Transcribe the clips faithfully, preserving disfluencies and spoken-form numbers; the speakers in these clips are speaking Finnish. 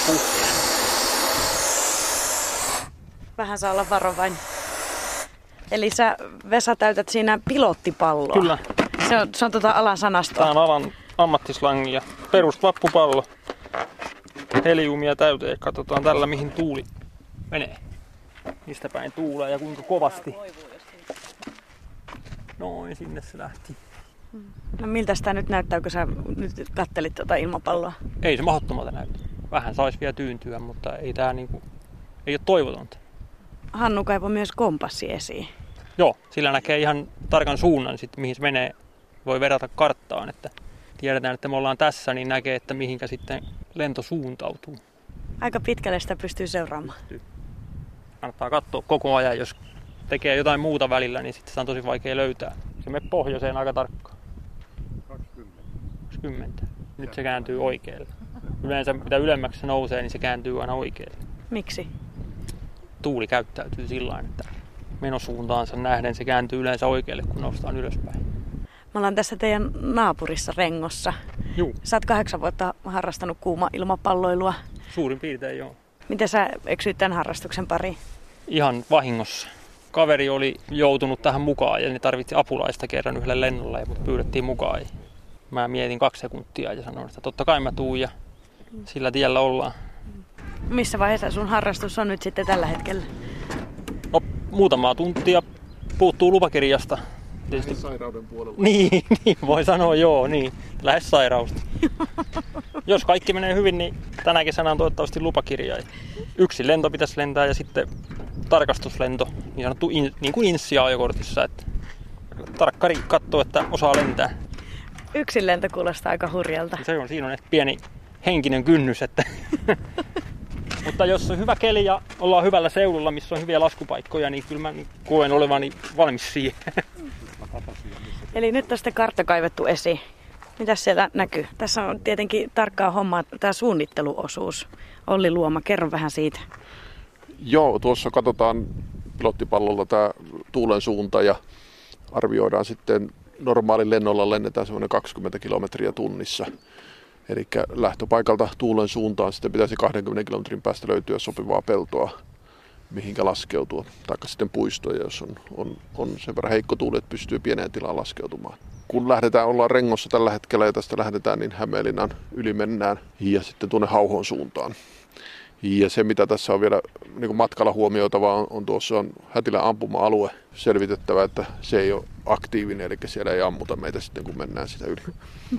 puhkeaa. Vähän saa olla varovainen. Eli sä, Vesa, täytät siinä pilottipalloa. Kyllä. Se on, se on tota alan sanastoa. Tämä on alan ammattislangi ja perusvappupallo. Heliumia täyteen ja katsotaan tällä mihin tuuli menee. Mistä päin tuulee ja kuinka kovasti. Noin, sinne se lähti. No miltä sitä nyt näyttää, kun sä nyt kattelit tuota ilmapalloa? Ei se mahdottomalta näytä. Vähän saisi vielä tyyntyä, mutta ei tää niinku, ei ole toivotonta. Hannu kaivoi myös kompassi esiin. Joo, sillä näkee ihan tarkan suunnan, sit, mihin se menee. Voi verrata karttaan, että tiedetään, että me ollaan tässä, niin näkee, että mihinkä sitten lento suuntautuu. Aika pitkälle sitä pystyy seuraamaan. Kannattaa katsoa koko ajan, jos tekee jotain muuta välillä, niin sitten sitä on tosi vaikea löytää. Se menee pohjoiseen aika tarkkaan. kaksikymmentä. Nyt se kääntyy oikealle. Yleensä mitä ylemmäksi se nousee, niin se kääntyy aina oikealle. Miksi? Tuuli käyttäytyy sillä tavalla, että menosuuntaansa nähden se kääntyy yleensä oikealle, kun noustaan ylöspäin. Me ollaan tässä teidän naapurissa Rengossa. Juu. Sä oot kahdeksan vuotta harrastanut kuuma ilmapalloilua. Suurin piirtein joo. Miten sä eksyit tämän harrastuksen pariin? Ihan vahingossa. Kaveri oli joutunut tähän mukaan ja ne tarvitsi apulaista kerran yhdelle lennolle ja mut pyydettiin mukaan. Mä mietin kaksi sekuntia ja sanoin, että totta kai mä tuun ja sillä tiellä ollaan. Missä vaiheessa sun harrastus on nyt sitten tällä hetkellä? No, muutamaa tuntia puuttuu lupakirjasta. Lähes sairauden puolella. Niin, niin, voi sanoa joo, niin. Lähes sairausta. Jos kaikki menee hyvin, niin tänä kesänä on toivottavasti lupakirja. Yksi lento pitäisi lentää ja sitten tarkastuslento, niin sanottu in, niin kuin inssi ajokortissa, että tarkkari katsoo, että osaa lentää. Yksin lento kuulostaa aika hurjalta. Se on, siinä on ehkä pieni henkinen kynnys, että mutta jos on hyvä keli ja ollaan hyvällä seudulla, missä on hyviä laskupaikkoja, niin kyllä mä koen olevani valmis siihen. Eli nyt on sitten kartta kaivettu esiin. Mitäs siellä näkyy? Tässä on tietenkin tarkkaa hommaa tämä suunnitteluosuus. Olli Luoma, kerro vähän siitä. Joo, tuossa katsotaan pilottipallolla tämä tuulen suunta ja arvioidaan sitten normaalin lennolla lennetään semmoinen kaksikymmentä kilometriä tunnissa. Eli lähtöpaikalta tuulen suuntaan sitten pitäisi kaksikymmentä kilometrin päästä löytyä sopivaa peltoa, mihinkä laskeutua. Taikka sitten puistoja, jos on, on, on sen verran heikko tuuli, että pystyy pieneen tilaan laskeutumaan. Kun lähdetään, ollaan Rengossa tällä hetkellä ja tästä lähdetään, niin Hämeenlinnan yli mennään ja sitten tuonne Hauhon suuntaan. Ja se, mitä tässä on vielä niin kuin matkalla huomioitavaa, on, on tuossa on Hätilän ampuma-alue selvitettävä, että se ei ole aktiivinen, eli siellä ei ammuta meitä sitten, kun mennään sitä yli.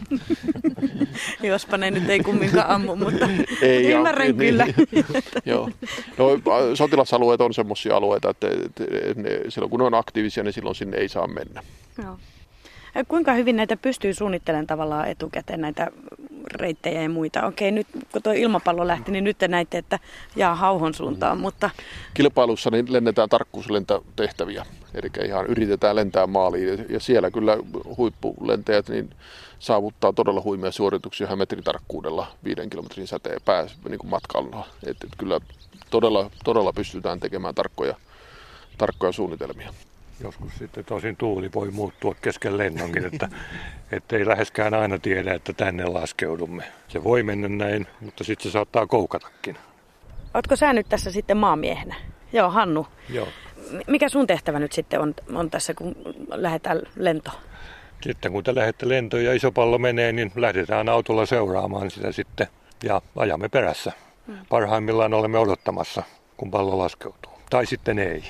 Jospa ne nyt ei kumminkaan ammu, mutta ei ymmärrän ammu, kyllä. Niin, joo. No, sotilasalueet on semmoisia alueita, että ne, silloin kun ne on aktiivisia, niin silloin sinne ei saa mennä. Joo. Kuinka hyvin näitä pystyy suunnittelemaan tavallaan etukäteen, näitä reittejä ja muita? Okei, nyt kun tuo ilmapallo lähti, niin nyt te näitte, että jaa Hauhon suuntaan, mm. mutta kilpailussa niin lennetään tarkkuuslentätehtäviä, eli ihan yritetään lentää maaliin, ja siellä kyllä huippulentäjät niin saavuttaa todella huimia suorituksia ihan metrin tarkkuudella viiden kilometrin säteen pääs niin kuin matkalla. Että et kyllä todella, todella pystytään tekemään tarkkoja, tarkkoja suunnitelmia. Joskus sitten tosin tuuli voi muuttua kesken lennonkin, että, että ei läheskään aina tiedä, että tänne laskeudumme. Se voi mennä näin, mutta sitten se saattaa koukatakin. Ootko sä nyt tässä sitten maamiehenä? Joo, Hannu. Joo. Mikä sun tehtävä nyt sitten on, on tässä, kun lähdetään lentoon? Sitten kun te lähdette lentoon ja iso pallo menee, niin lähdetään autolla seuraamaan sitä sitten ja ajamme perässä. Hmm. Parhaimmillaan olemme odottamassa, kun pallo laskeutuu. Tai sitten ei.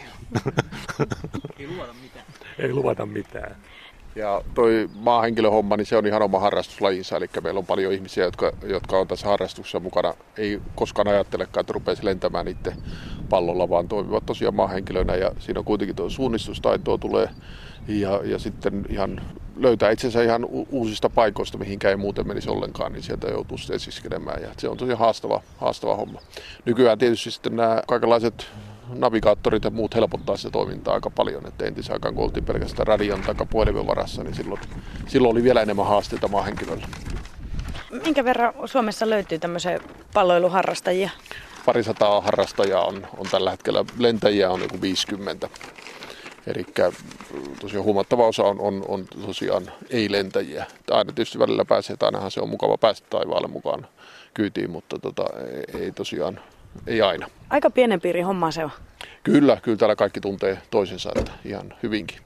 Ei luvata mitään. Ei luvata mitään. Ja toi maahenkilöhomma, niin se on ihan oma harrastuslajinsa, eli meillä on paljon ihmisiä, jotka, jotka on tässä harrastuksessa mukana. Ei koskaan ajattelekaan, että rupeaisi lentämään itse pallolla, vaan toimivat tosiaan maahenkilöinä ja siinä on kuitenkin tuo suunnistustaitoa tulee ja, ja sitten ihan löytää itsensä ihan uusista paikoista, mihinkä ei muuten menisi ollenkaan, niin sieltä joutuu sitten esiskelemään ja se on tosiaan haastava, haastava homma. Nykyään tietysti sitten nämä kaikenlaiset navigaattorit ja muut helpottaa sitä toimintaa aika paljon, että entisaikaan kun oltiin pelkästään radion tai puhelimen varassa, niin silloin, silloin oli vielä enemmän haasteita maahenkilöillä. Minkä verran Suomessa löytyy tämmöisiä palloiluharrastajia? Parisataa harrastajaa on, on tällä hetkellä, lentäjiä on joku viisikymmentä. Eli tosiaan huomattava osa on, on, on tosiaan ei-lentäjiä. Aina tietysti välillä pääsee, että ainahan se on mukava päästä taivaalle mukaan kyytiin, mutta tota, ei, ei tosiaan, ei aina. Aika pienen piirin homma se on. Kyllä, kyllä täällä kaikki tuntee toisensa, että ihan hyvinkin.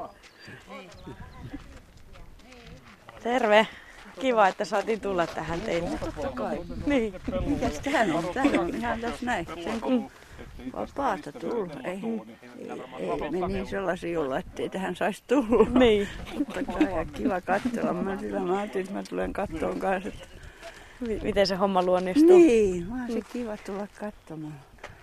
Terve. Kiva, että saatiin tulla tähän teille. Totta kai. Niin. Mikäs tähän on? Tähän on ihan tässä näin. Sen kun vapaata tulla. Ei, ei, ei me niin sellaisia olla, ettei tähän saisi tulla. Niin. Totta kai ja kiva katsella. Mä sillä mä ajattelin, että mä tulen kattoon kanssa. Että... Miten se homma luonnistuu? Niin, vaan se kiva tulla katsomaan.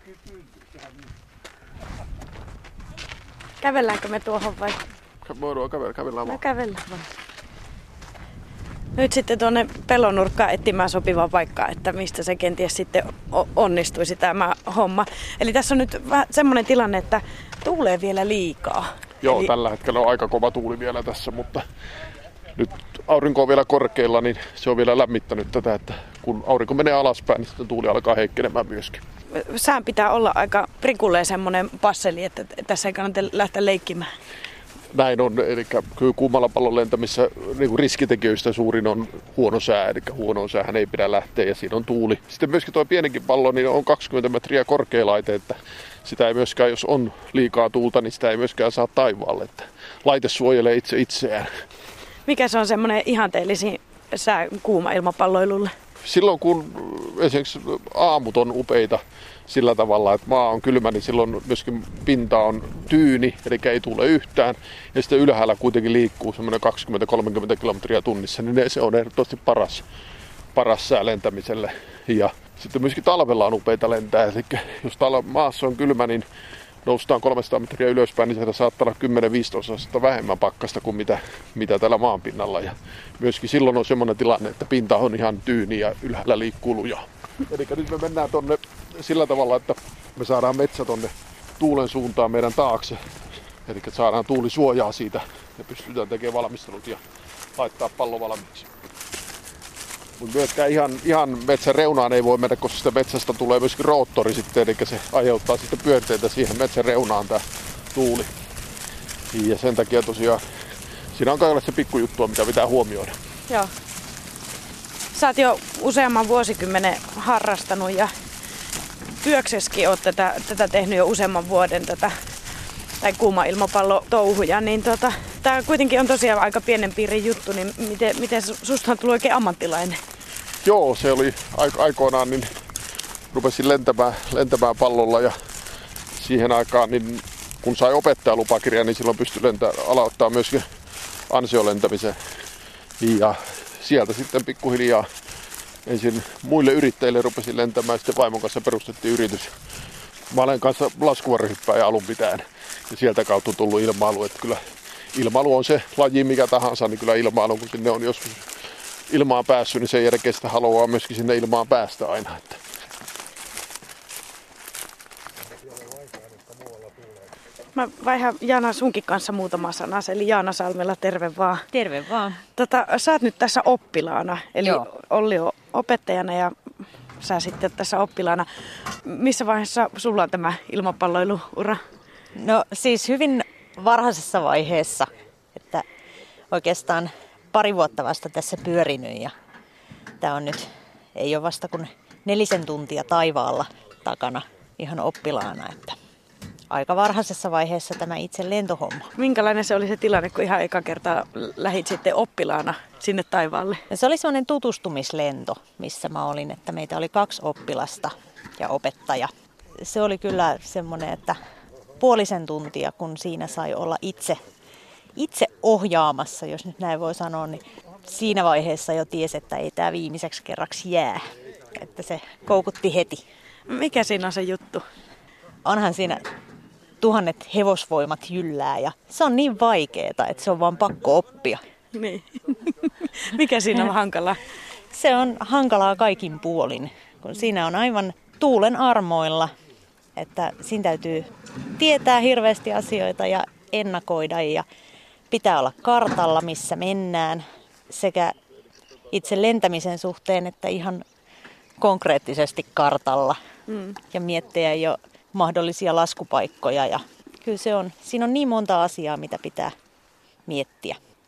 Kävelläänkö me tuohon vai? Voidaan kävellä, kävellään No vaan. kävellään vaan. Nyt sitten tuonne pelonurkkaan etsimään sopivaa paikkaa, että mistä se kenties sitten onnistuisi tämä homma. Eli tässä on nyt vähän semmoinen tilanne, että tuulee vielä liikaa. Joo, Eli... tällä hetkellä on aika kova tuuli vielä tässä, mutta nyt aurinko on vielä korkealla, niin se on vielä lämmittänyt tätä, että kun aurinko menee alaspäin, niin sitten tuuli alkaa heikkenemään myöskin. Sään pitää olla aika prikulleen semmoinen passeli, että tässä ei kannata lähteä leikkimään. Näin on, eli kyllä kuumalla pallon lentämissä niin riskitekijöistä suurin on huono sää, eli huonoon säähän ei pidä lähteä ja siinä on tuuli. Sitten myöskin tuo pienenkin pallo niin on kaksikymmentä metriä korkea laite, että sitä ei myöskään, jos on liikaa tuulta, niin sitä ei myöskään saa taivaalle, että laite suojelee itse itseään. Mikä se on semmoinen ihanteellisin sää kuuma ilmapalloilulle? Silloin kun esimerkiksi aamut on upeita sillä tavalla, että maa on kylmä, niin silloin myöskin pinta on tyyni, eli ei tule yhtään. Ja sitten ylhäällä kuitenkin liikkuu semmoinen kaksikymmentä kolmekymmentä kilometriä tunnissa, niin se on ehdottomasti paras, paras sää lentämiselle. Ja sitten myöskin talvella on upeita lentää, eli jos täällä maassa on kylmä, niin noustaan kolmesataa metriä ylöspäin, niin siellä saattaa olla kymmenen viisitoista vähemmän pakkasta kuin mitä, mitä täällä maanpinnalla. Ja myöskin silloin on semmoinen tilanne, että pinta on ihan tyyni ja ylhäällä liikkuu lujaa. Eli nyt me mennään tonne sillä tavalla, että me saadaan metsä tonne tuulen suuntaan meidän taakse. Eli saadaan tuuli suojaa siitä ja pystytään tekemään valmistelut ja laittaa pallo valmiiksi. Mutta myöskään ihan, ihan metsän reunaan ei voi mennä, koska sitä metsästä tulee myöskin roottori sitten, eli se aiheuttaa sitten pyörteitä siihen metsän reunaan tämä tuuli. Ja sen takia tosiaan siinä on kaikille se pikkujuttua, mitä pitää huomioida. Joo. Sä oot jo useamman vuosikymmenen harrastanut ja työkseskin oot tätä, tätä tehnyt jo useamman vuoden tätä tai kuuma ilmapallotouhuja, niin tota, tää kuitenkin on tosiaan aika pienen piirin juttu, niin miten, miten susta on tullut oikein ammattilainen? Joo, se oli aikoinaan, niin rupesin lentämään, lentämään pallolla ja siihen aikaan, niin kun sai opettajalupakirjan, niin silloin pystyi lentää, aloittaa myöskin ansiolentämisen. Ja sieltä sitten pikkuhiljaa ensin muille yrittäjille rupesin lentämään, sitten vaimon kanssa perustettiin yritys. Mä olen kanssa laskuvarjohyppääjä alun pitäen ja sieltä kautta on tullut ilmailu, että kyllä ilmailu on se laji mikä tahansa, niin kyllä ilmailu, kun sinne on joskus ilmaan päässyt, niin sen jälkeen sitä haluaa myöskin sinne ilmaan päästä aina. Että. Mä vaihan Jaana sunkin kanssa muutama sana, eli Jaana Salmela, terve vaan. Terve vaan. Tota, sä oot nyt tässä oppilaana, eli Joo. Olli on opettajana ja sä sitten tässä oppilaana. Missä vaiheessa sulla on tämä ilmapalloiluura? No siis hyvin varhaisessa vaiheessa, että oikeastaan pari vuotta vasta tässä pyörinyt ja tää on nyt, ei ole vasta kuin nelisen tuntia taivaalla takana ihan oppilaana, että aika varhaisessa vaiheessa tämä itse lentohomma. Minkälainen se oli se tilanne, kun ihan eka kertaa lähit sitten oppilaana sinne taivaalle? Ja se oli semmoinen tutustumislento, missä mä olin, että meitä oli kaksi oppilasta ja opettaja. Se oli kyllä semmoinen, että puolisen tuntia, kun siinä sai olla itse, itse ohjaamassa, jos nyt näin voi sanoa, niin siinä vaiheessa jo tiesi, että ei tämä viimeiseksi kerraksi jää. Että se koukutti heti. Mikä siinä on se juttu? Onhan siinä tuhannet hevosvoimat jyllää ja se on niin vaikeeta, että se on vaan pakko oppia. Niin. Mikä siinä on hankalaa? Se on hankalaa kaikin puolin, kun siinä on aivan tuulen armoilla, että siinä täytyy tietää hirveästi asioita ja ennakoida ja pitää olla kartalla, missä mennään sekä itse lentämisen suhteen, että ihan konkreettisesti kartalla mm. ja miettiä jo mahdollisia laskupaikkoja ja kyllä se on, siinä on niin monta asiaa, mitä pitää miettiä.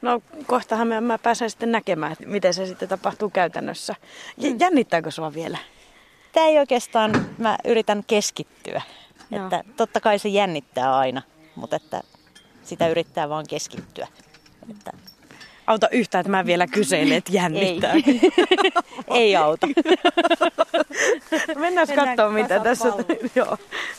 No kohtahan mä, mä pääsen sitten näkemään, että miten se sitten tapahtuu käytännössä. Jännittääkö sua vielä? Tämä ei oikeastaan, mä yritän keskittyä. Joo. Että totta kai se jännittää aina, mutta että sitä yrittää vaan keskittyä. Että Auta yhtään, että mä vielä kyselen, että jännittää. Ei, ei auta. Mennään katsomaan, mitä tässä on. Joo.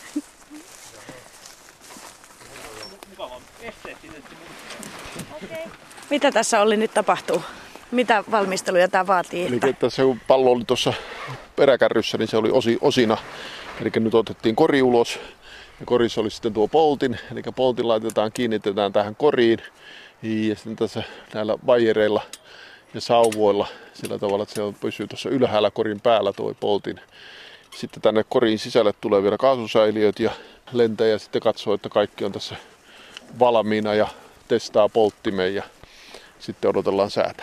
Mitä tässä Olli nyt tapahtuu? Mitä valmisteluja tämä vaatii? Eli tässä kun pallo oli tuossa peräkärryssä, niin se oli osi, osina. Eli nyt otettiin kori ulos. Ja korissa oli sitten tuo poltin. Eli poltin laitetaan, kiinnitetään tähän koriin. Ja sitten tässä näillä vaijereilla ja sauvoilla sillä tavalla, että se pysyy tuossa ylhäällä korin päällä tuo poltin. Sitten tänne korin sisälle tulee vielä kaasusäiliöt ja lentäjä sitten katsoo, että kaikki on tässä valmiina ja testaa polttimeen ja sitten odotellaan säätä.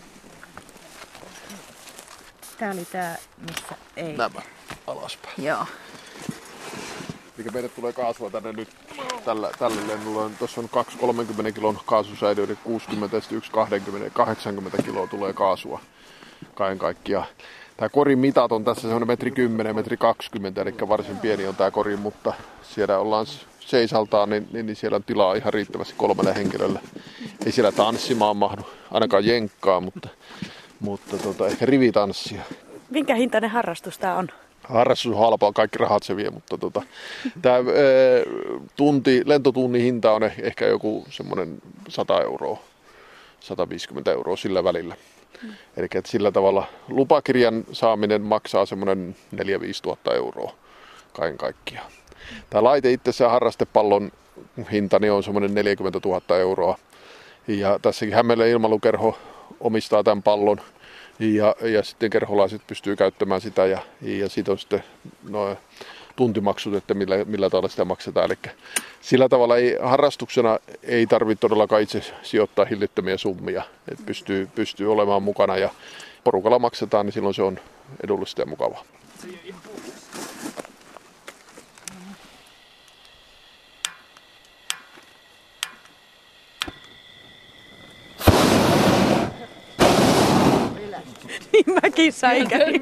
Tää oli tää, missä ei. Nämä alaspäin. Joo. Eli meille tulee kaasua tänne nyt tällä, tällä lennolla. Tuossa on kaksi kolmekymmentä kilon kaasusäiliö, kuusikymmentä ja yksi kaksikymmentä, kahdeksankymmentä kiloa tulee kaasua kaiken kaikkiaan. Tämä korin mitat on tässä semmoinen metri kymmenen, metri kaksikymmentä, eli varsin pieni on tämä kori, mutta siellä ollaan seisaltaan, niin, niin, niin siellä on tilaa ihan riittävästi kolmelle henkilölle. Ei siellä tanssimaan mahdu, ainakaan jenkkaa, mutta, mutta tota, ehkä rivitanssia. Minkä hintainen harrastus tämä on? Harrastus on halpaa, kaikki rahat se vie, mutta tota, tämä tunti, lentotunnin hinta on ehkä joku semmoinen sata euroa, sata viisikymmentä euroa sillä välillä. Mm. Eli että sillä tavalla lupakirjan saaminen maksaa semmoinen neljä viisi tuhatta euroa kaiken kaikkiaan. Tämä laite itsessään harrastepallon hinta niin on semmoinen neljäkymmentä tuhatta euroa. Ja tässäkin Hämeenlinnan ilmailukerho omistaa tämän pallon. Ja, ja sitten kerholaiset pystyy käyttämään sitä ja, ja siitä on sitten no, tuntimaksut, että millä, millä tavalla sitä maksetaan. Eli sillä tavalla ei, harrastuksena ei tarvitse todellakaan itse sijoittaa hillittömiä summia, että pystyy, pystyy olemaan mukana ja porukalla maksetaan, niin silloin se on edullista ja mukavaa. Niin mäkin säikärin.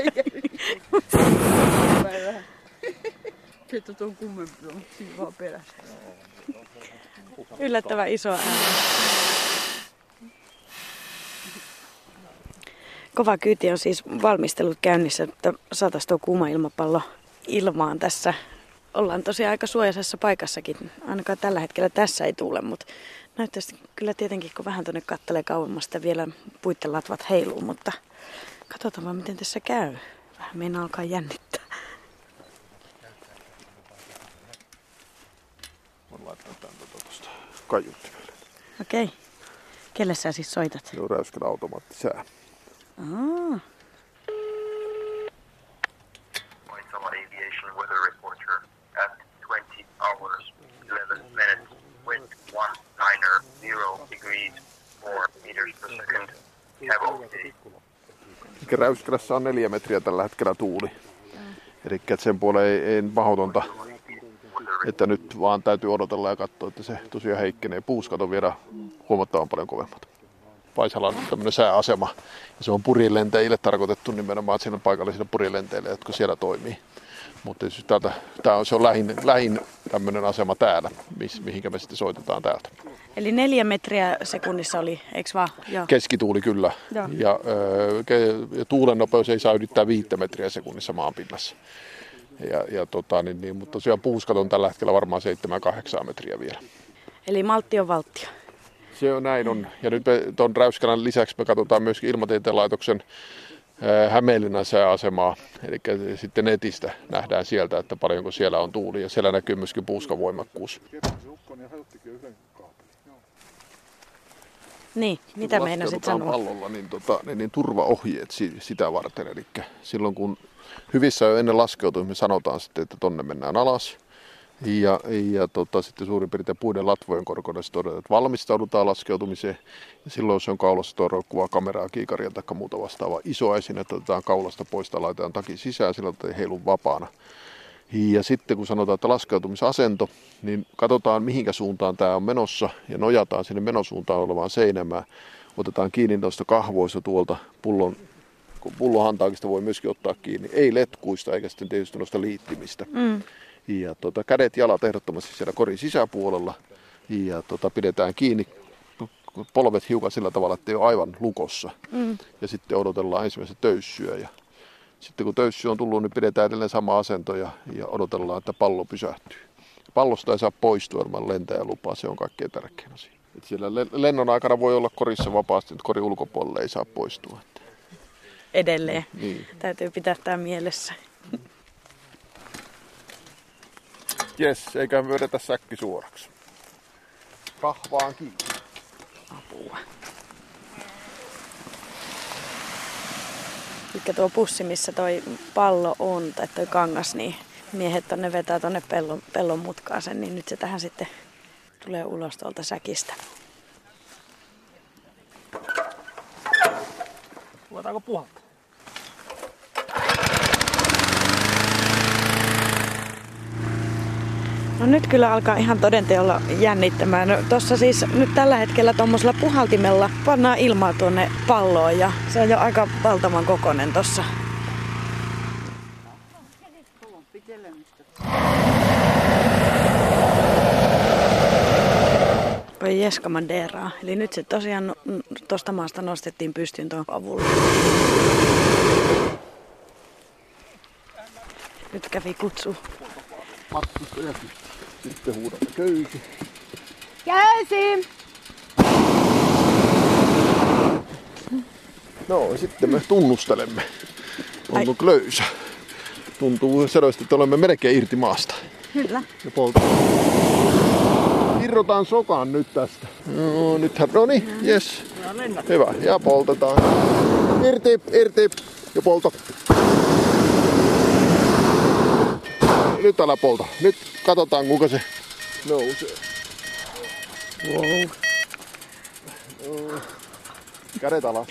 Sitten tuon kummempi on siinä vaan perässä. Yllättävän iso ääni. Kova kyyti on siis valmistelut käynnissä, että saataisiin tuo kuuma ilmapallo ilmaan tässä. Ollaan tosiaan aika suojaisessa paikassakin. Ainakaan tällä hetkellä tässä ei tuule, mutta näyttäisi kyllä tietenkin, kun vähän tuonne kattelee kauemmasta vielä puitten latvat heiluu, mutta katsotaan vaan, miten tässä käy. Vähän meinaa alkaa jännittää. Voin laittaa tämän tuosta kaiuttimelle. Okei. Okay. Kelle sä siis soitat? Se on Räyskälän automaattisää. Aa. Aviation weather reporter at twenty hours, eleven minutes, wind one niner zero degrees, four meters per second, cavalcade. Räyskälässä on neljä metriä tällä hetkellä tuuli. Eli sen puoleen ei, ei mahdotonta, että nyt vaan täytyy odotella ja katsoa, että se tosiaan heikkenee. Puuskat on vielä huomattavan paljon kovemmat. Vaisala on tämmöinen sääasema ja se on purilentäjille tarkoitettu nimenomaan, että siinä on paikallisille purilentäjille, jotka siellä toimii. Mutta täältä, tää on, se on lähin, lähin tämmöinen asema täällä, mis, mihinkä me sitten soitetaan täältä. Eli neljä metriä sekunnissa oli, eikö vaan? Joo. Keskituuli kyllä. Joo. Ja, ö, ke, ja tuulen nopeus ei saa ylittää viittä metriä sekunnissa maanpinnassa. Ja, ja tota, niin, niin, mutta tosiaan puuskat on tällä hetkellä varmaan seitsemän kahdeksan metriä vielä. Eli maltti on valttia. Se on näin on. Ja nyt me tuon Räyskälän lisäksi me katsotaan myöskin Ilmatieteen laitoksen Hämeenlinnan sääasemaa, eli sitten netistä nähdään sieltä, että paljonko siellä on tuuli ja siellä näkyy myöskin puuskavoimakkuus. Niin, mitä meinasit sanoa? Pallolla, niin, tota, niin, niin turvaohjeet sitä varten, eli silloin kun hyvissä jo ennen laskeutumista me sanotaan sitten, että tonne mennään alas. Ja, ja tota, sitten suurin piirtein puiden latvojen korkeudessa todetaan, että valmistaudutaan laskeutumiseen. Ja silloin, jos on kaulassa tuo roikkuvaa kameraa, kiikaria tai muuta vastaavaa isoa esine, että otetaan kaulasta pois tai laitetaan takin sisään, silloin ei heilu vapaana. Ja sitten kun sanotaan, että laskeutumisasento, niin katsotaan mihinkä suuntaan tämä on menossa ja nojataan sinne menosuuntaan olevaan seinämään. Otetaan kiinni noista kahvoista tuolta pullon, pullon hantaakista voi myöskin ottaa kiinni. Ei letkuista eikä sitten tietysti noista liittimistä. Mm. Ja tota, kädet jalat ehdottomasti siellä korin sisäpuolella ja tota, pidetään kiinni polvet hiukan sillä tavalla, että ei ole aivan lukossa. Mm. Ja sitten odotellaan ensimmäistä töyssyä. Ja sitten kun töyssy on tullut, niin pidetään edelleen sama asento ja, ja odotellaan, että pallo pysähtyy. Pallosta ei saa poistua ilman lentäjälupaa, se on kaikkein tärkein asia. Et siellä lennon aikana voi olla korissa vapaasti, mutta korin ulkopuolelle ei saa poistua. Edelleen. Niin. Täytyy pitää tämä mielessä. Jes, eikä vedetä säkki suoraksi. Kahvaan kiinni. Apua. Mikä tuo pussi, missä toi pallo on, tai toi kangas, niin miehet tonne vetää tonne pellon, pellon mutkaan sen, niin nyt se tähän sitten tulee ulos tuolta säkistä. Ruvetaanko puhaltaa? No nyt kyllä alkaa ihan todenteolla jännittämään. No, tossa siis nyt tällä hetkellä tuommoisella puhaltimella pannaan ilmaa tuonne palloon ja se on jo aika valtavan kokoinen tossa. Oi Jeska Manderaa. Eli nyt se tosiaan tuosta maasta nostettiin pystyyn tuon avulla. Nyt kävi kutsu. Matkusta ja sitten huudamme köysi. Köysi! No, sitten me tunnustelemme. Onko löysä? Tuntuu selvästi, että olemme melkein irti maasta. Kyllä. Ja poltetaan. Irrotaan sokan nyt tästä. No, nythän, no niin, jes. Hyvä, ja poltetaan. Irti, irti ja polta. Nyt älä polta. Nyt katsotaan kuinka se nousee. Wow. Kädet alas.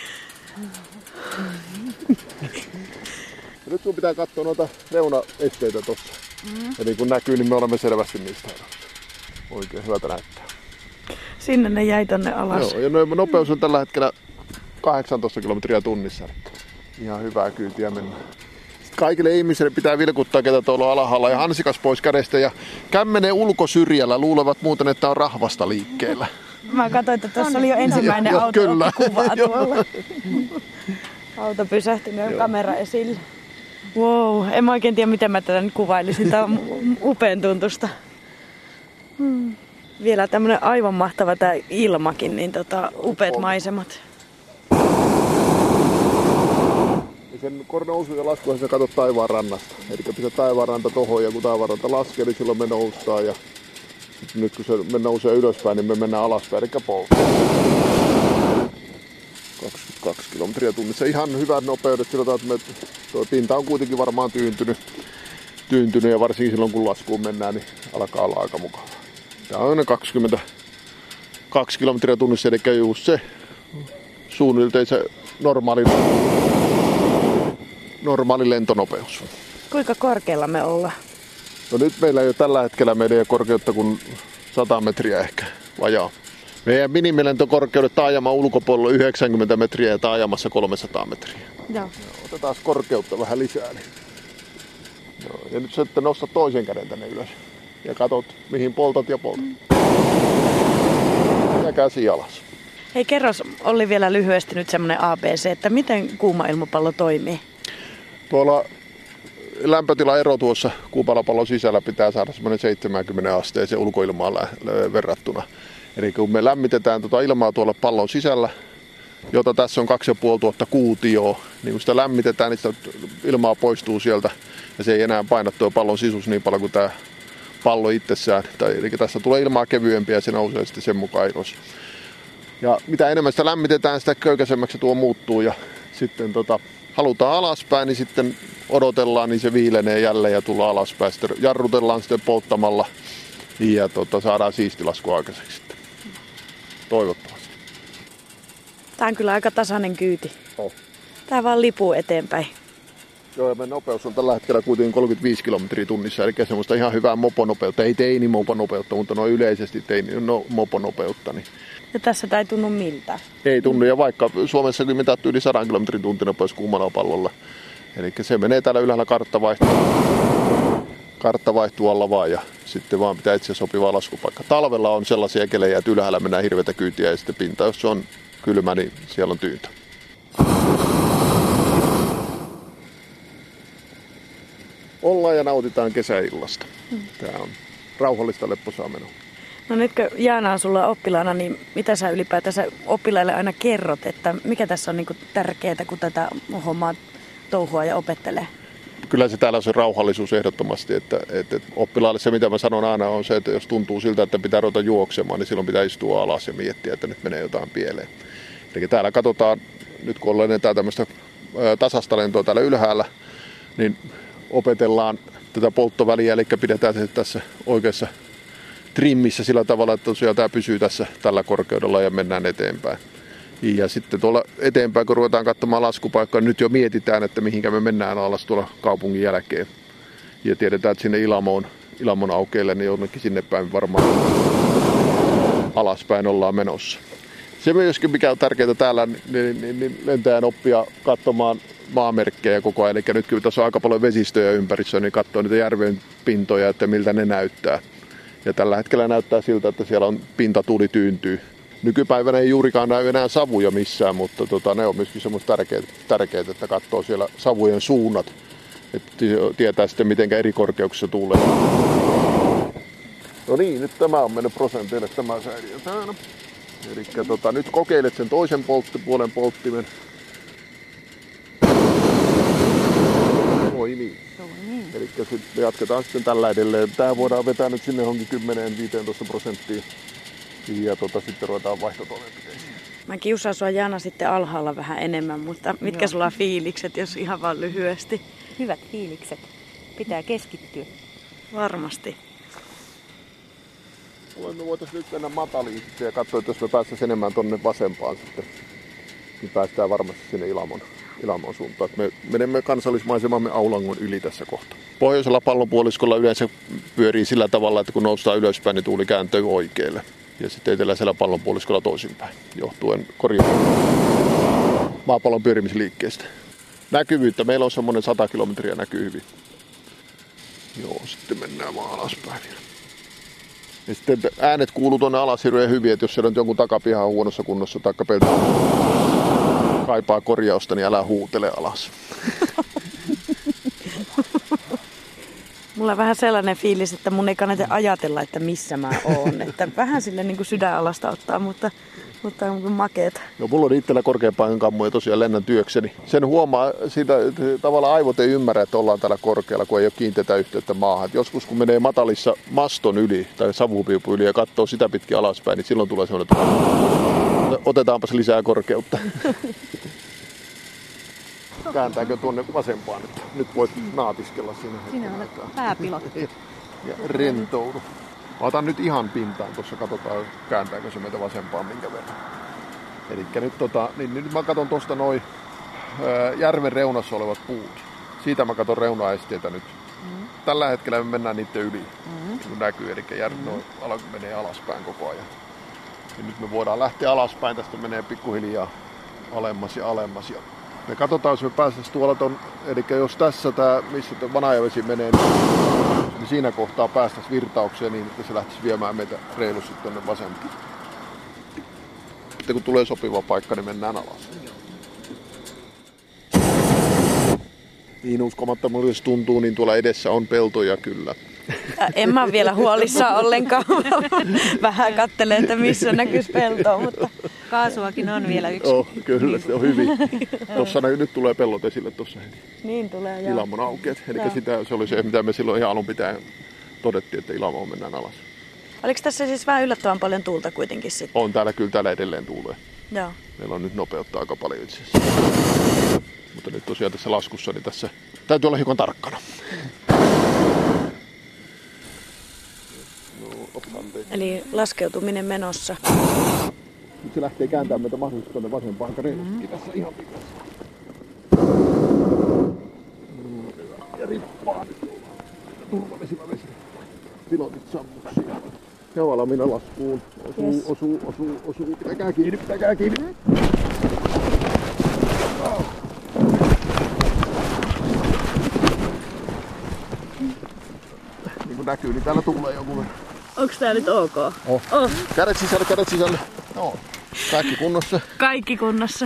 Nyt sun pitää katsoa noita reunaesteitä tossa. Mm. Ja niin kun näkyy, niin me olemme selvästi niistä erossa. Oikein hyvältä näyttää. Sinne ne jäi tonne alas. Joo, ja nopeus on tällä hetkellä kahdeksantoista kilometriä tunnissa. Ihan hyvää kyytiä mennä. Kaikille ihmisille pitää vilkuttaa, ketä tuolla alhaalla ja hansikas pois kädestä ja kämmenen ulkosyrjällä luulevat muuten, että on rahvasta liikkeellä. Mä katsoin, että tuossa oli jo ensimmäinen jo, auto kyllä. kuvaa tuolla. Auto pysähtynyt ja kamera esillä. Wow, en mä oikein tiedä, miten mä tätä nyt kuvailisin. Tää on upean tuntusta. Hmm. Vielä tämmönen aivan mahtava tää ilmakin, niin tota, upeat maisemat. Sen nousu ja lasku sä katsot taivaan rannasta. Eli pitää taivaan ranta tohon ja kun taivaan ranta laskee, niin silloin me noustaan. Ja nyt kun se me nousee ylöspäin, niin me mennään alaspäin, eli poltaan. kaksikymmentäkaksi kilometriä tunnissa. Ihan hyvät nopeudet sillä että me, tuo pinta on kuitenkin varmaan tyyntynyt, tyyntynyt ja varsinkin silloin kun laskuun mennään, niin alkaa olla aika mukavaa. Tämä on kaksikymmentäkaksi kilometriä tunnissa, eli just se suunnilleen se normaali, normaali lentonopeus. Kuinka korkealla me ollaan? No nyt meillä ei ole tällä hetkellä meidän korkeutta kuin sata metriä ehkä vajaa. Meidän minimilentokorkeudet taajama ulkopuolella yhdeksänkymmentä metriä ja taajamassa kolmesataa metriä. Joo. Otetaan korkeutta vähän lisää. Niin. Joo. Ja nyt sitten nosta toisen käden tänne ylös. Ja katot mihin poltat ja poltat. Mm. Ja käsi alas. Hei, kerros Olli vielä lyhyesti nyt semmoinen A B C, että miten kuuma ilmapallo toimii? Tuolla lämpötilaero tuossa kuupalopallon sisällä pitää saada semmoinen seitsemänkymmentä asteeseen ulkoilmaan verrattuna. Eli kun me lämmitetään tuota ilmaa tuolla pallon sisällä, jota tässä on kaksi ja puoli tuhatta kuutioa, niin kun sitä lämmitetään, niin sitä ilmaa poistuu sieltä ja se ei enää paina tuo pallon sisus niin paljon kuin tämä pallo itsessään. Tai, eli tässä tulee ilmaa kevyempiä ja se nousee sitten sen mukaan ilossa. Ja mitä enemmän sitä lämmitetään, sitä köykäisemmäksi tuo muuttuu ja sitten tota, halutaan alaspäin, niin sitten odotellaan, niin se viilenee jälleen ja tullaan alaspäin. Sitten jarrutellaan sitten polttamalla ja tota, saadaan siistilasku aikaiseksi sitten. Toivottavasti. Tää on kyllä aika tasainen kyyti. Oh. Tää vaan lipuu eteenpäin. Joo, ja meidän nopeus on tällä hetkellä kuitenkin kolmekymmentäviisi kilometriä tunnissa, eli semmoista ihan hyvää moponopeutta. Ei teini-moponopeutta, mutta noin yleisesti teini-moponopeutta. Niin Ja tässä tämä ei tunnu miltään. ei tunnu, ja vaikka Suomessakin mitattu yli sata kilometrin tuntinopeus kuumalla pallolla. Eli se menee täällä ylhäällä kartta vaihtuu, kartta vaihtuu alla vaan, ja sitten vaan pitää etsiä sopivaa laskupaikka. Talvella on sellaisia kelejä, että ylhäällä mennään hirveätä kyytiä, ja sitten pinta, jos se on kylmä, niin siellä on tyyntä. Ollaan ja nautitaan kesäillasta. Tämä on rauhallista lepposaa menoa. No nytkö Jaana on sulla oppilaana, niin mitä sä ylipäätänsä oppilaille aina kerrot, että mikä tässä on niinku tärkeää, kun tätä hommaa touhua ja opettelee? Kyllä se täällä on se rauhallisuus ehdottomasti, että, että oppilaalle se mitä mä sanon aina on se, että jos tuntuu siltä, että pitää ruveta juoksemaan, niin silloin pitää istua alas ja miettiä, että nyt menee jotain pieleen. Eli täällä katsotaan, nyt kun lennetään tämmöistä tasasta lentoa täällä ylhäällä, niin opetellaan tätä polttoväliä, eli pidetään se tässä oikeassa trimmissä sillä tavalla, että tosiaan tämä pysyy tässä tällä korkeudella ja mennään eteenpäin. Ja sitten tuolla eteenpäin, kun ruvetaan katsomaan laskupaikkaa, niin nyt jo mietitään, että mihinkä me mennään alas tuolla kaupungin jälkeen. Ja tiedetään, että sinne Ilamoon, Ilamon aukeille, niin jonnekin sinne päin varmaan alaspäin ollaan menossa. Se myöskin, mikä on tärkeää täällä, niin, niin, niin lentäjän oppia katsomaan maamerkkejä koko ajan. Eli nyt kyllä tässä on aika paljon vesistöjä ympäristössä, niin katsoo niitä järven pintoja, että miltä ne näyttää. Ja tällä hetkellä näyttää siltä, että siellä on pintatuli tyyntyy. Nykypäivänä ei juurikaan näy enää savuja missään, mutta tota, ne on myöskin semmoista tärkeää, tärkeää, että katsoo siellä savujen suunnat, että tietää sitten miten eri korkeuksissa tuulee. No niin, nyt tämä on mennyt prosenteille tämä säiliö täällä. Eli tota, nyt kokeilet sen toisen poltti, puolen polttimen. Oi niin. Eli sitten jatketaan sitten tällä edelleen. Tää voidaan vetää nyt sinne johonkin kymmenen viisitoista prosenttia. Ja tota, sitten ruvetaan vaihtotoimenpiteisiin. Mä kiusaan sua Jaana sitten alhaalla vähän enemmän, mutta mitkä Joo. sulla on fiilikset, jos ihan vaan lyhyesti? Hyvät fiilikset. Pitää keskittyä. Varmasti. Me voitaisiin nyt mennä mataliin ja katsoa, että jos me päästäisiin enemmän tonne vasempaan sitten, niin päästään varmasti sinne Ilamon, Ilamon suuntaan. Me menemme kansallismaisemamme Aulangon yli tässä kohtaa. Pohjoisella pallonpuoliskolla yleensä pyörii sillä tavalla, että kun noustaan ylöspäin, niin tuuli kääntyy oikealle. Ja sitten eteläisellä pallonpuoliskolla toisinpäin, johtuen korjaamaan maapallon pyörimisliikkeestä. Näkyvyyttä. Meillä on semmoinen sata kilometriä näkyy hyvin. Joo, sitten mennään vaan alaspäin vielä. Ja sitten äänet kuuluu tuonne alas hirveän hyvin, että jos siellä on jonkun takapiha huonossa kunnossa taikka pelto kaipaa korjausta, niin älä huutele alas. Mulla on vähän sellainen fiilis, että mun ei kannata ajatella, että missä mä oon. Että vähän sille niin kuin sydänalasta ottaa, mutta, mutta on makeeta. No, mulla on itsellä korkeampaan kammoja tosiaan lennän työkseni. Sen huomaa, siitä että tavallaan aivot ei ymmärrä, että ollaan täällä korkealla, kun ei ole kiinteätä yhteyttä maahan. Et joskus kun menee matalissa maston yli tai savupiipun yli ja katsoo sitä pitkin alaspäin, niin silloin tulee sellainen, että otetaanpas lisää korkeutta. Kääntääkö tuonne vasempaan? Nyt, nyt voit naatiskella siinä. Sinä olet pääpilotti. Ja rentoudu. Mä otan nyt ihan pintaan tuossa, katsotaan kääntääkö se meitä vasempaan minkä verran. Elikkä nyt, tota, niin nyt mä katson tuosta noin järven reunassa olevat puut. Siitä mä katson reunaesteitä nyt. Mm. Tällä hetkellä me mennään niiden yli, mm. kun näkyy. Eli järvi mm. menee alaspäin koko ajan. Ja nyt me voidaan lähteä alaspäin, tästä menee pikkuhiljaa alemmas ja alemmas. Ja me katsotaan, jos me päästäisiin tuolla ton, eli jos tässä tämä, missä Vanajavesi menee, niin siinä kohtaa päästäisiin virtaukseen niin, että se lähtisi viemään meitä reilusti tuonne vasempaan. Sitten kun tulee sopiva paikka, niin mennään alas. Niin uskomattomuudessa tuntuu, niin tuolla edessä on peltoja kyllä. En mä vielä huolissaan ollenkaan. Vähän katselen, että missä näkyisi peltoa, mutta kaasuakin on vielä yksi. Oh, kyllä, se on hyvin. Tuossa nyt tulee pellot esille tuossa heti. Niin tulee, joo. Ilamon aukeat. Eli sitä, se oli se, mitä me silloin ihan alun pitäen todettiin, että Ilamoon mennään alas. Oliko tässä siis vähän yllättävän paljon tuulta kuitenkin sitten? On täällä kyllä täällä edelleen tuulee. Joo. Meillä on nyt nopeutta aika paljon itse asiassa. Mutta nyt tosiaan tässä laskussa, niin tässä täytyy olla hiukan tarkkana. Eli laskeutuminen menossa. Nyt se lähtee kääntämään meitä mahdollisesti tuonne vasempaan aika reilusti tässä ihan pikassa. nappaa nyt. Turvavesimävesi. Pilotit sammuksia. Ja valmiina laskuun. Osuu, yes. osuu, osuu, osuu. Pitäkää kiinni, pitäkää kiinni. Oh. Niin kuin näkyy, niin täällä tulee joku verran. Onks tää nyt ok? Oh. Oh. Kädet sisälle, kädet sisälle. Joo. Kaikki kunnossa. Kaikki kunnossa.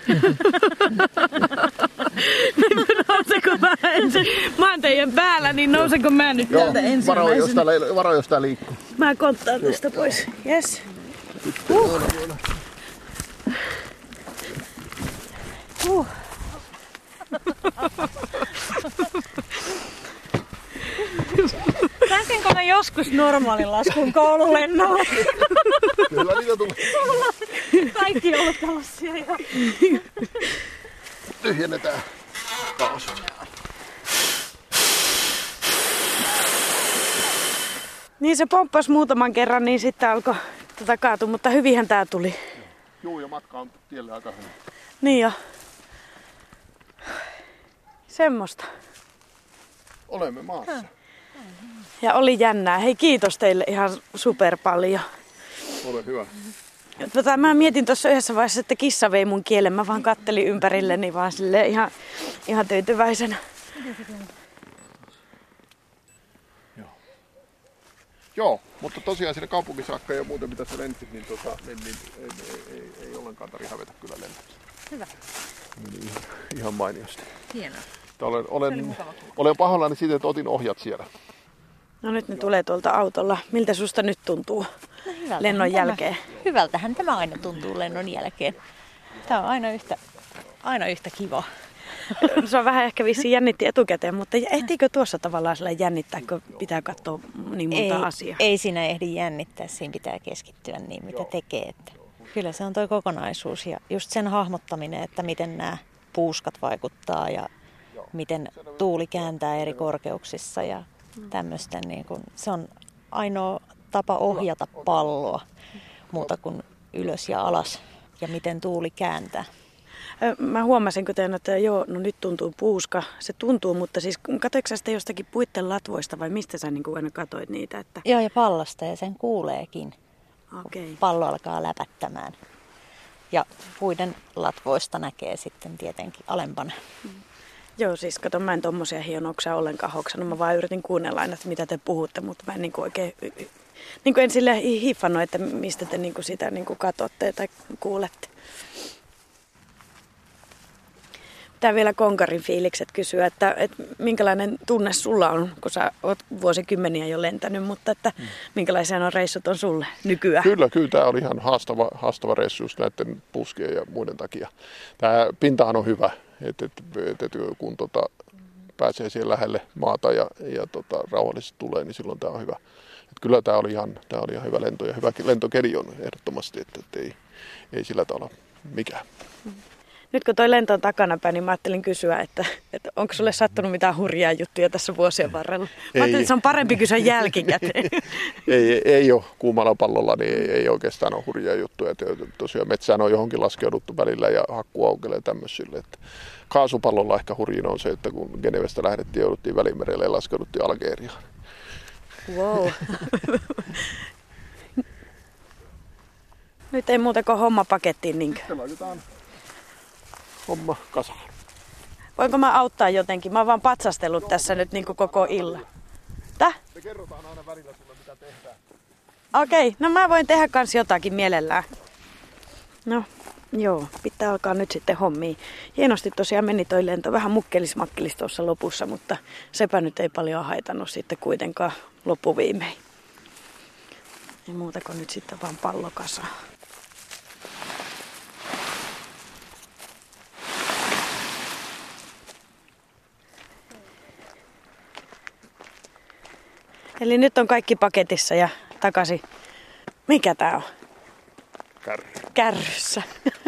Nouseko mä ensin? Mä oon teidän päällä, niin nouseko mä nyt Joo, täältä ensimmäisenä? Varo, jos, varo, jos tää liikkuu. Mä konttaan tästä pois. Jes. Uh. Uh. Pääsinkö mä joskus normaalin laskun koululennolle? Kyllä niitä tulee. Kaikki on ollut tällaisia jo. Tyhjennetään kaasut. Niin se pomppasi muutaman kerran, niin sitten alkoi tätä kaatua, mutta hyvinhän tää tuli. Juu, ja matka on tielle aika hyvin. Niin jo. Semmosta. Olemme maassa. Ja oli jännää. Hei, kiitos teille ihan super paljon. Ole hyvä. Tota, mä mietin tuossa yhdessä vaiheessa, että kissa vei mun kielen. Mä vaan kattelin ympärilleni vaan silleen ihan, ihan tyytyväisenä. Joo. Joo, mutta tosiaan siinä kaupunkisaakka ja muuten mitä sä lentit, niin, tota, niin, niin ei, ei, ei, ei ollenkaan tarvitse hävetä kyllä lentämistä. Hyvä. Meni ihan, ihan mainiosti. Hienoa. Olen, olen, olen pahoillani siitä, että otin ohjat siellä. No nyt ne tulee tuolta autolla. Miltä susta nyt tuntuu No lennon jälkeen? Tämä, hyvältähän tämä aina tuntuu lennon jälkeen. Tämä on aina yhtä, aina yhtä kiva. Se on vähän ehkä vissiin jännitti etukäteen, mutta ehtiikö tuossa tavallaan sillä jännittää, kun pitää katsoa niin monta ei, asiaa? Ei siinä ehdi jännittää, siinä pitää keskittyä niin mitä tekee. Että kyllä se on tuo kokonaisuus ja just sen hahmottaminen, että miten nämä puuskat vaikuttaa ja miten tuuli kääntää eri korkeuksissa ja tämmöistä. Niin kun, se on ainoa tapa ohjata palloa muuta kuin ylös ja alas ja miten tuuli kääntää. Mä huomasin, kun tein, että joo, no nyt tuntuu puuska. Se tuntuu, mutta siis katsoitko sä sitä jostakin puitten latvoista vai mistä sä niin kuin aina katsoit niitä? Että... Joo, ja pallosta ja sen kuuleekin. Okay. Pallo alkaa läpättämään. Ja puiden latvoista näkee sitten tietenkin alempana. Mm. Joo, siis kato, mä en tommosia hienouksia ollenkaan hoksannut. Mä vaan yritin kuunnella aina, että mitä te puhutte, mutta mä en niin kuin oikein... Niin kuin en silleen hiffannut, että mistä te niin kuin sitä niin kuin katsotte tai kuulette. Pitää vielä konkarin fiilikset kysyä, että, että minkälainen tunne sulla on, kun sä oot vuosikymmeniä jo lentänyt, mutta että mm. minkälaisia on reissut on sulle nykyään? Kyllä, kyllä tämä oli ihan haastava, haastava reissu just näiden puskien ja muiden takia. Tämä pintahan on hyvä, että, että, että kun tota, pääsee siihen lähelle maata ja, ja tota, rauhallisesti tulee, niin silloin tämä on hyvä. Että kyllä tämä oli, ihan, tämä oli ihan hyvä lento ja hyvä lentokeli on ehdottomasti, että, että ei, ei sillä tavalla mikään. Mm. Nyt kun toi lento on takanapäin, niin mä ajattelin kysyä, että, että onko sulle sattunut mitään hurjaa juttuja tässä vuosien varrella? Mä ajattelin, että se on parempi kysyä jälkikäteen. ei, ei, ei ole kuumalla pallolla, niin ei, ei oikeastaan ole hurjaa juttuja. Että tosiaan metsään on johonkin laskeuduttu välillä ja hakku aukelee tämmöisille. Että kaasupallolla ehkä hurjin on se, että kun Genevestä lähdettiin, jouduttiin Välimerelle ja laskeuduttiin Algeriaan. Wow. Nyt ei muuta kuin homma pakettiin niinkö? Sitten laitetaan homma kasaan. Voinko mä auttaa jotenkin? Mä oon vaan patsastellut Joo, tässä nyt niin kuin koko illan. Täh? Me kerrotaan aina välillä sulle, mitä tehdään. Okei, okay, no mä voin tehdä kans jotakin mielellään. No, joo, pitää alkaa nyt sitten hommia. Hienosti tosiaan meni toi lento. Vähän mukkelismakkelis tuossa lopussa, mutta sepä nyt ei paljon haitannut sitten kuitenkaan loppuviimein. Ei muuta kuin nyt sitten vaan pallo kasaan. Eli nyt on kaikki paketissa ja takaisin. Mikä tää on? Kärry. Kärryssä.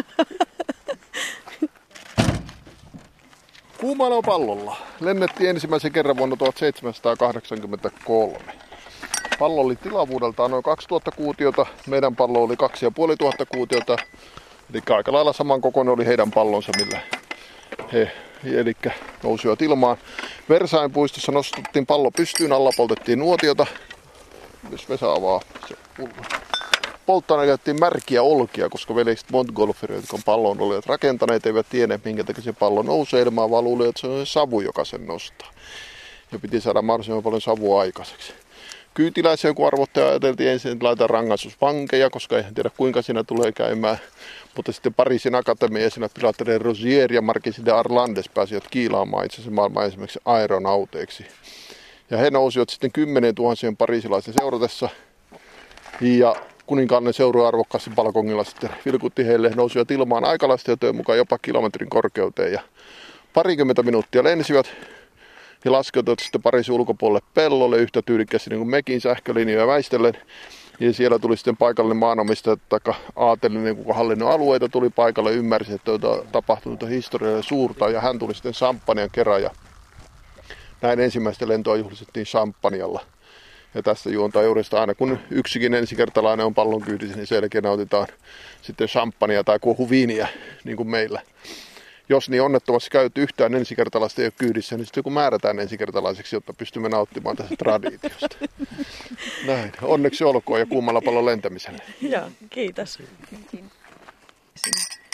Kuumailon pallolla lennettiin ensimmäisen kerran vuonna tuhatseitsemänsataakahdeksankymmentäkolme. Pallo oli tilavuudeltaan noin kaksituhatta kuutiota, meidän pallo oli kaksituhattaviisisataa kuutiota. Eli aika lailla saman kokoinen oli heidän pallonsa, millä he eli nousivat ilmaan. Versailles puistossa nostettiin pallo pystyyn, alla poltettiin nuotiota. Jos Vesa avaa se pullo. Polttoaine käytettiin märkiä olkia, koska veljekset Montgolfier, jotka on pallon olivat rakentaneet, eivät tienneet, minkä takia se pallo nousee ilmaan, vaan luulivat, että se on se savu, joka sen nostaa. Ja piti saada mahdollisimman paljon savua aikaiseksi. Kyytiläisiä, kun arvottaja ajateltiin ensin, että laitetaan rangaistusvankeja, koska eihän tiedä kuinka siinä tulee käymään. Mutta sitten Pariisin akatemia ja siinä Pilater de Rosier ja Marquis de Arlandes pääsivät kiilaamaan itse asiassa maailman ensimmäiseksi aeronauteiksi. Ja he nousivat sitten kymmeneen tuhansien pariisilaisen seuratessa. Ja kuninkaallinen seurue arvokkaasti balkongilla sitten vilkutti heille, nousivat ilmaan aikalaisten mukaan jopa kilometrin korkeuteen. Ja parikymmentä minuuttia lensivät ja laskeutuivat sitten Pariisin ulkopuolelle pellolle yhtä tyylikkästi niin kuin mekin sähkölinjoja väistellen. Ja siellä tuli sitten paikallinen maanomistaja, tai aatelinen koko hallinnon alueita tuli paikalle, ymmärsi, että on tapahtunut historiallinen suurta, ja hän tuli sitten Champagnen kerran. Ja näin ensimmäistä lentoa juhlistettiin Champagnella. Ja tästä juontaa juurista aina, kun yksikin ensikertalainen on pallon kyydissä, niin selkeä nautitaan sitten champagnea tai kuohuviiniä, niin kuin meillä. Jos niin onnettomasti käytetty yhtään ensikertalaista ei ole kyydissä, niin sitten kun määrätään ensikertalaiseksi, jotta pystymme nauttimaan tästä traditiosta. Näin. Onneksi olkoon ja kuumalla pallon lentämiselle. Joo, kiitos.